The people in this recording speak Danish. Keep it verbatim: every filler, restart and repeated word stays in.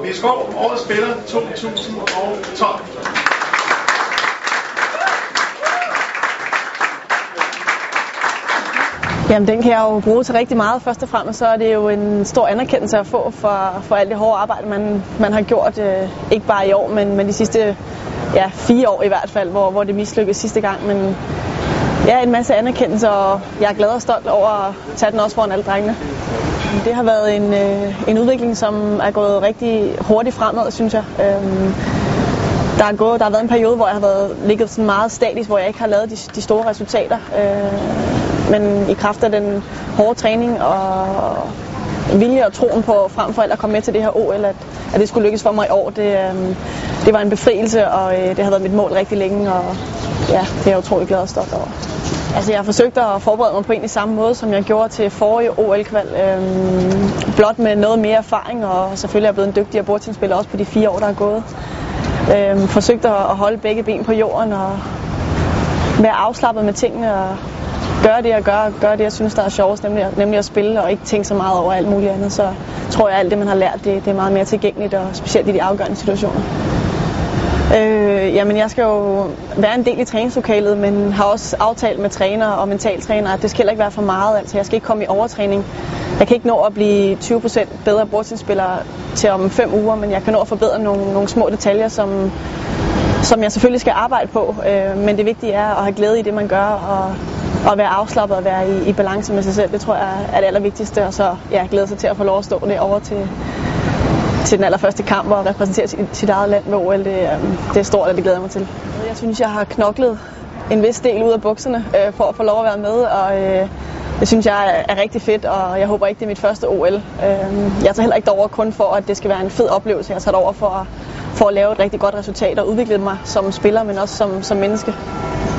Nis Skov, årets spiller to tusind og tolv. Jamen, den kan jeg jo bruge til rigtig meget. Først og fremmest så er det jo en stor anerkendelse at få for, for alt det hårde arbejde, man, man har gjort. Øh, ikke bare i år, men, men de sidste ja, fire år i hvert fald, hvor, hvor det mislykkedes sidste gang. Men ja, en masse anerkendelse, og jeg er glad og stolt over at tage den også foran alle drengene. Det har været en, øh, en udvikling, som er gået rigtig hurtigt fremad, synes jeg. Øhm, der, er gået, der har været en periode, hvor jeg har været, ligget sådan meget statisk, hvor jeg ikke har lavet de, de store resultater. Øh, men i kraft af den hårde træning og vilje og troen på frem for alt at komme med til det her O L, at, at det skulle lykkes for mig i år, det, øh, det var en befrielse, og øh, det har været mit mål rigtig længe, og ja, det er jeg utrolig glad og stolt over. Altså, jeg har forsøgt at forberede mig på egentlig samme måde, som jeg gjorde til forrige O L-kval. Øhm, blot med noget mere erfaring, og selvfølgelig er jeg blevet en dygtigere bordtennisspiller også på de fire år, der er gået. Øhm, forsøgt at holde begge ben på jorden og være afslappet med tingene og gøre det, jeg gør, gøre det, jeg synes, der er sjovest, nemlig, nemlig at spille og ikke tænke så meget over alt muligt andet. Så tror jeg, at alt det, man har lært, det, det er meget mere tilgængeligt, og specielt i de afgørende situationer. Øh, jamen, jeg skal jo være en del i træningslokalet, men har også aftalt med træner og mentaltræner, at det skal heller ikke være for meget. Altså, jeg skal ikke komme i overtræning. Jeg kan ikke nå at blive tyve procent bedre bordtennisspiller til om fem uger, men jeg kan nå at forbedre nogle, nogle små detaljer, som, som jeg selvfølgelig skal arbejde på. Øh, men det vigtige er at have glæde i det, man gør, og, og være afslappet og være i, i balance med sig selv. Det tror jeg er det allervigtigste, og så ja, glæde sig til at få lov at stå derovre til til den allerførste kamp og repræsentere sit, sit eget land med O L. Det, det er stort, og det glæder jeg mig til. Jeg synes, jeg har knoklet en vis del ud af bukserne øh, for at få lov at være med, og øh, det synes jeg er rigtig fedt, og jeg håber ikke, det er mit første O L. Øh, jeg tager heller ikke derover kun for, at det skal være en fed oplevelse. Jeg tager derover for, for at lave et rigtig godt resultat og udvikle mig som spiller, men også som, som menneske.